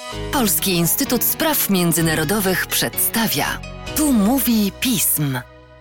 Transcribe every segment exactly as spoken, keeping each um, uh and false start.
Polski Instytut Spraw Międzynarodowych przedstawia. Tu mówi pism.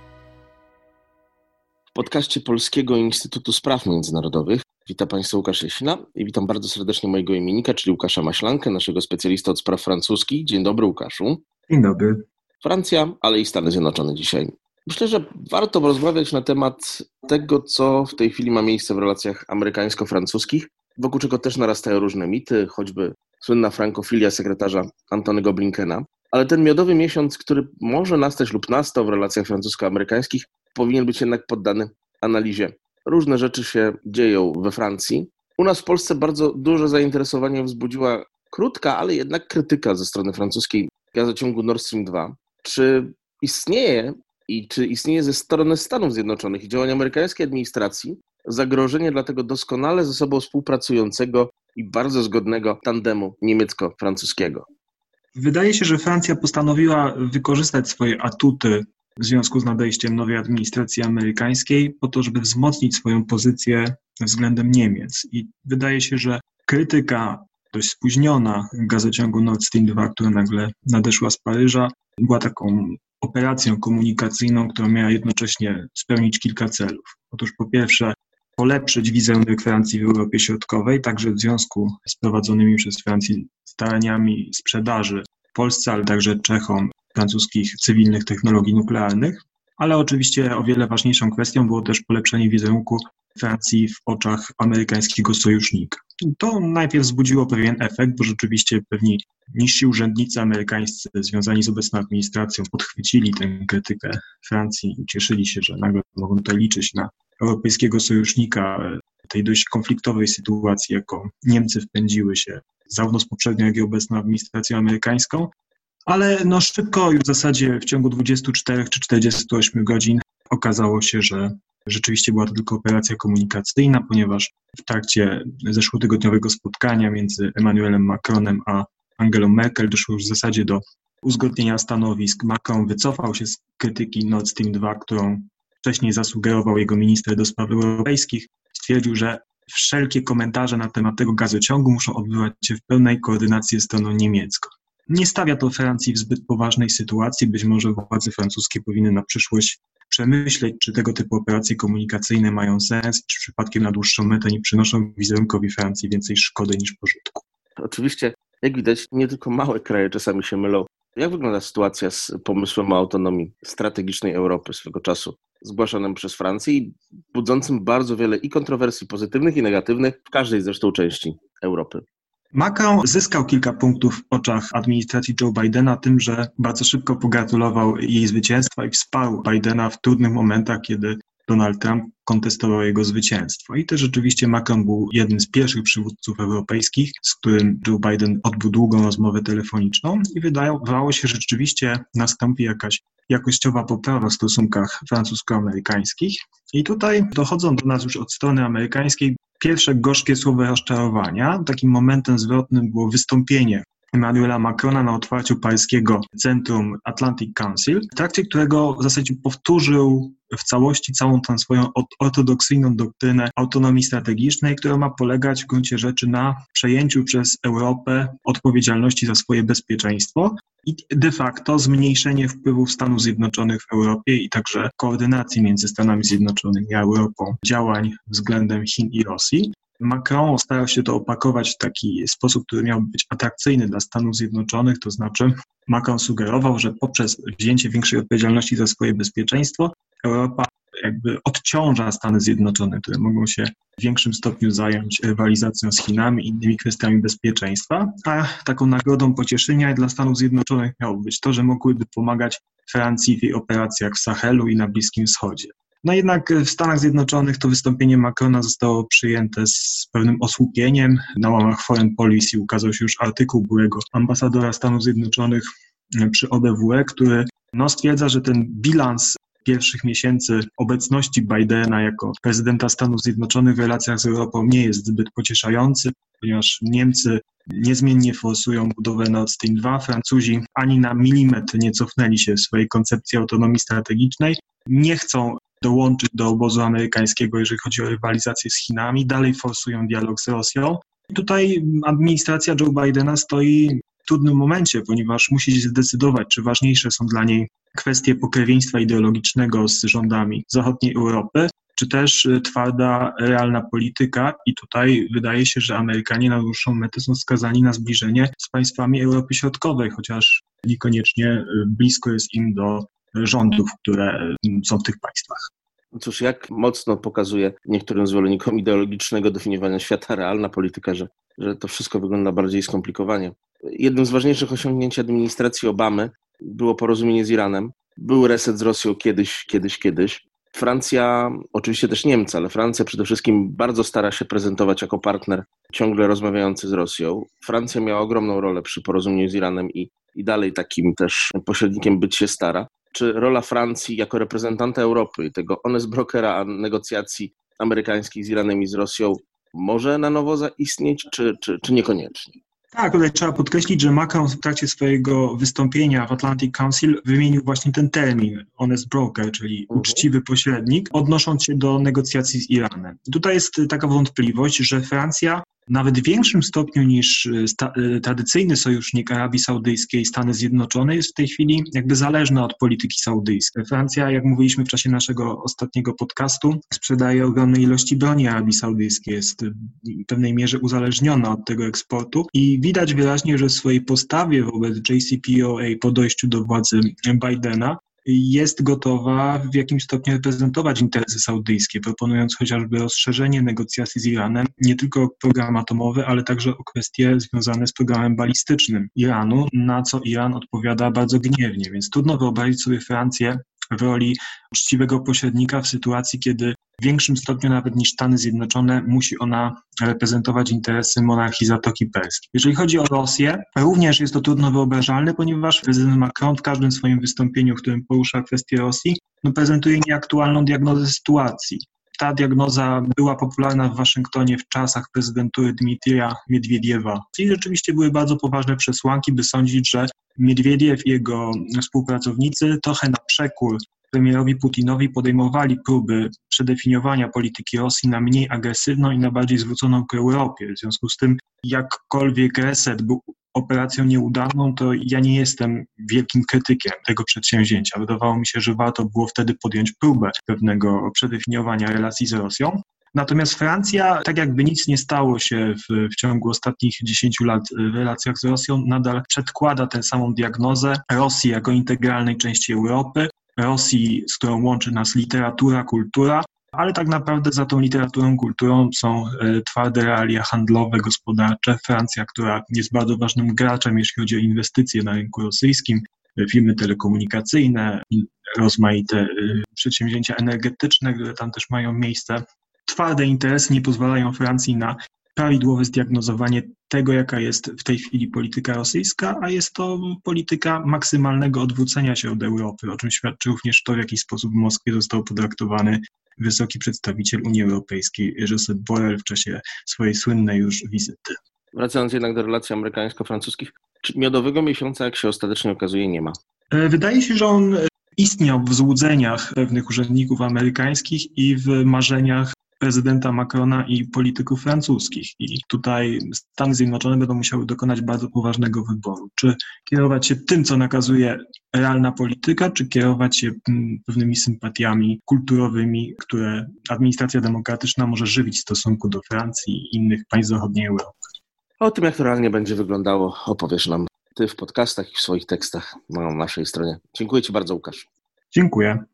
W podcaście Polskiego Instytutu Spraw Międzynarodowych witam Państwa Łukasz Jasina i witam bardzo serdecznie mojego imiennika, czyli Łukasza Maślankę, naszego specjalista od spraw francuskich. Dzień dobry, Łukaszu. Dzień dobry. Francja, ale i Stany Zjednoczone dzisiaj. Myślę, że warto rozmawiać na temat tego, co w tej chwili ma miejsce w relacjach amerykańsko-francuskich, wokół czego też narastają różne mity, choćby słynna frankofilia sekretarza Antonego Blinkena. Ale ten miodowy miesiąc, który może nastać lub nastał w relacjach francusko-amerykańskich, powinien być jednak poddany analizie. Różne rzeczy się dzieją we Francji. U nas w Polsce bardzo duże zainteresowanie wzbudziła krótka, ale jednak krytyka ze strony francuskiej gazociągu Nord Stream dwa. Czy istnieje i czy istnieje ze strony Stanów Zjednoczonych i działań amerykańskiej administracji zagrożenie dla tego doskonale ze sobą współpracującego i bardzo zgodnego tandemu niemiecko-francuskiego? Wydaje się, że Francja postanowiła wykorzystać swoje atuty w związku z nadejściem nowej administracji amerykańskiej po to, żeby wzmocnić swoją pozycję względem Niemiec. I wydaje się, że krytyka dość spóźniona gazociągu Nord Stream dwa, która nagle nadeszła z Paryża, była taką operacją komunikacyjną, która miała jednocześnie spełnić kilka celów. Otóż po pierwsze polepszyć wizerunek Francji w Europie Środkowej, także w związku z prowadzonymi przez Francję staraniami sprzedaży Polsce, ale także Czechom francuskich cywilnych technologii nuklearnych, ale oczywiście o wiele ważniejszą kwestią było też polepszenie wizerunku Francji w oczach amerykańskiego sojusznika. To najpierw wzbudziło pewien efekt, bo rzeczywiście pewni niżsi urzędnicy amerykańscy związani z obecną administracją podchwycili tę krytykę Francji i cieszyli się, że nagle mogą tutaj liczyć na europejskiego sojusznika tej dość konfliktowej sytuacji, jaką Niemcy wpędziły się zarówno z poprzednią, jak i obecną administracją amerykańską. Ale no szybko już w zasadzie w ciągu dwudziestu czterech czy czterdziestu ośmiu godzin okazało się, że rzeczywiście była to tylko operacja komunikacyjna, ponieważ w trakcie zeszłotygodniowego spotkania między Emmanuelem Macronem a Angelą Merkel doszło już w zasadzie do uzgodnienia stanowisk. Macron wycofał się z krytyki Nord Stream dwa, którą wcześniej zasugerował jego minister do spraw europejskich. Stwierdził, że wszelkie komentarze na temat tego gazociągu muszą odbywać się w pełnej koordynacji ze stroną niemiecką. Nie stawia to Francji w zbyt poważnej sytuacji. Być może władze francuskie powinny na przyszłość przemyśleć, czy tego typu operacje komunikacyjne mają sens, czy przypadkiem na dłuższą metę nie przynoszą wizerunkowi Francji więcej szkody niż pożytku. Oczywiście, jak widać, nie tylko małe kraje czasami się mylą. Jak wygląda sytuacja z pomysłem o autonomii strategicznej Europy swego czasu, zgłaszanym przez Francję i budzącym bardzo wiele i kontrowersji pozytywnych i negatywnych w każdej zresztą części Europy? Macron zyskał kilka punktów w oczach administracji Joe Bidena tym, że bardzo szybko pogratulował jej zwycięstwa i wsparł Bidena w trudnych momentach, kiedy Donald Trump kontestował jego zwycięstwo. I też rzeczywiście Macron był jednym z pierwszych przywódców europejskich, z którym Joe Biden odbył długą rozmowę telefoniczną i wydawało się, że rzeczywiście nastąpi jakaś jakościowa poprawa w stosunkach francusko-amerykańskich. I tutaj dochodzą do nas już od strony amerykańskiej pierwsze gorzkie słowa rozczarowania. Takim momentem zwrotnym było wystąpienie Emmanuela Macrona na otwarciu paryskiego Centrum Atlantic Council, w trakcie którego w zasadzie powtórzył w całości całą tę swoją ortodoksyjną doktrynę autonomii strategicznej, która ma polegać w gruncie rzeczy na przejęciu przez Europę odpowiedzialności za swoje bezpieczeństwo i de facto zmniejszenie wpływów Stanów Zjednoczonych w Europie i także koordynacji między Stanami Zjednoczonymi a Europą działań względem Chin i Rosji. Macron starał się to opakować w taki sposób, który miał być atrakcyjny dla Stanów Zjednoczonych, to znaczy Macron sugerował, że poprzez wzięcie większej odpowiedzialności za swoje bezpieczeństwo Europa jakby odciąża Stany Zjednoczone, które mogą się w większym stopniu zająć rywalizacją z Chinami i innymi kwestiami bezpieczeństwa, a taką nagrodą pocieszenia dla Stanów Zjednoczonych miało być to, że mogłyby pomagać Francji w jej operacjach w Sahelu i na Bliskim Wschodzie. No jednak w Stanach Zjednoczonych to wystąpienie Macrona zostało przyjęte z pewnym osłupieniem. Na łamach Foreign Policy ukazał się już artykuł byłego ambasadora Stanów Zjednoczonych przy O B W E, który no, stwierdza, że ten bilans pierwszych miesięcy obecności Bidena jako prezydenta Stanów Zjednoczonych w relacjach z Europą nie jest zbyt pocieszający, ponieważ Niemcy niezmiennie forsują budowę Nord Stream dwa, Francuzi ani na milimetr nie cofnęli się w swojej koncepcji autonomii strategicznej, nie chcą dołączyć do obozu amerykańskiego, jeżeli chodzi o rywalizację z Chinami, dalej forsują dialog z Rosją. I tutaj administracja Joe Bidena stoi w trudnym momencie, ponieważ musi się zdecydować, czy ważniejsze są dla niej kwestie pokrewieństwa ideologicznego z rządami zachodniej Europy, czy też twarda, realna polityka. I tutaj wydaje się, że Amerykanie na dłuższą metę są skazani na zbliżenie z państwami Europy Środkowej, chociaż niekoniecznie blisko jest im do rządów, które są w tych państwach. Cóż, jak mocno pokazuje niektórym zwolennikom ideologicznego definiowania świata realna polityka, że, że to wszystko wygląda bardziej skomplikowanie. Jednym z ważniejszych osiągnięć administracji Obamy było porozumienie z Iranem. Był reset z Rosją kiedyś, kiedyś, kiedyś. Francja, oczywiście też Niemcy, ale Francja przede wszystkim bardzo stara się prezentować jako partner ciągle rozmawiający z Rosją. Francja miała ogromną rolę przy porozumieniu z Iranem i, i dalej takim też pośrednikiem być się stara. Czy rola Francji jako reprezentanta Europy, tego honest brokera negocjacji amerykańskich z Iranem i z Rosją może na nowo zaistnieć, czy, czy, czy niekoniecznie? Tak, tutaj trzeba podkreślić, że Macron w trakcie swojego wystąpienia w Atlantic Council wymienił właśnie ten termin honest broker, czyli Mhm. uczciwy pośrednik, odnosząc się do negocjacji z Iranem. Tutaj jest taka wątpliwość, że Francja nawet w większym stopniu niż sta- tradycyjny sojusznik Arabii Saudyjskiej i Stany Zjednoczone jest w tej chwili jakby zależna od polityki saudyjskiej. Francja, jak mówiliśmy w czasie naszego ostatniego podcastu, sprzedaje ogromne ilości broni Arabii Saudyjskiej, jest w pewnej mierze uzależniona od tego eksportu i widać wyraźnie, że w swojej postawie wobec J C P O A po dojściu do władzy Bidena jest gotowa w jakimś stopniu reprezentować interesy saudyjskie, proponując chociażby rozszerzenie negocjacji z Iranem nie tylko o program atomowy, ale także o kwestie związane z programem balistycznym Iranu, na co Iran odpowiada bardzo gniewnie. Więc trudno wyobrazić sobie Francję w roli uczciwego pośrednika w sytuacji, kiedy w większym stopniu nawet niż Stany Zjednoczone musi ona reprezentować interesy monarchii Zatoki Perskiej. Jeżeli chodzi o Rosję, również jest to trudno wyobrażalne, ponieważ prezydent Macron w każdym swoim wystąpieniu, w którym porusza kwestię Rosji, no prezentuje nieaktualną diagnozę sytuacji. Ta diagnoza była popularna w Waszyngtonie w czasach prezydentury Dmitrija Miedwiediewa. I rzeczywiście były bardzo poważne przesłanki, by sądzić, że Miedwiediew i jego współpracownicy trochę na przekór premierowi Putinowi podejmowali próby przedefiniowania polityki Rosji na mniej agresywną i na bardziej zwróconą ku Europie. W związku z tym, jakkolwiek reset był operacją nieudaną, to ja nie jestem wielkim krytykiem tego przedsięwzięcia. Wydawało mi się, że warto było wtedy podjąć próbę pewnego przedefiniowania relacji z Rosją. Natomiast Francja, tak jakby nic nie stało się w, w ciągu ostatnich dziesięciu lat w relacjach z Rosją, nadal przedkłada tę samą diagnozę Rosji jako integralnej części Europy, Rosji, z którą łączy nas literatura, kultura, ale tak naprawdę za tą literaturą, kulturą są e, twarde realia handlowe, gospodarcze. Francja, która jest bardzo ważnym graczem, jeśli chodzi o inwestycje na rynku rosyjskim, e, firmy telekomunikacyjne, rozmaite e, przedsięwzięcia energetyczne, które tam też mają miejsce. Twarde interesy nie pozwalają Francji na prawidłowe zdiagnozowanie tego, jaka jest w tej chwili polityka rosyjska, a jest to polityka maksymalnego odwrócenia się od Europy, o czym świadczy również to, w jaki sposób w Moskwie został potraktowany wysoki przedstawiciel Unii Europejskiej Josep Borrell w czasie swojej słynnej już wizyty. Wracając jednak do relacji amerykańsko-francuskich, czy miodowego miesiąca, jak się ostatecznie okazuje, nie ma? Wydaje się, że on istniał w złudzeniach pewnych urzędników amerykańskich i w marzeniach prezydenta Macrona i polityków francuskich. I tutaj Stany Zjednoczone będą musiały dokonać bardzo poważnego wyboru. Czy kierować się tym, co nakazuje realna polityka, czy kierować się pewnymi sympatiami kulturowymi, które administracja demokratyczna może żywić w stosunku do Francji i innych państw zachodniej Europy. O tym, jak to realnie będzie wyglądało, opowiesz nam ty w podcastach i w swoich tekstach na naszej stronie. Dziękuję Ci bardzo, Łukasz. Dziękuję.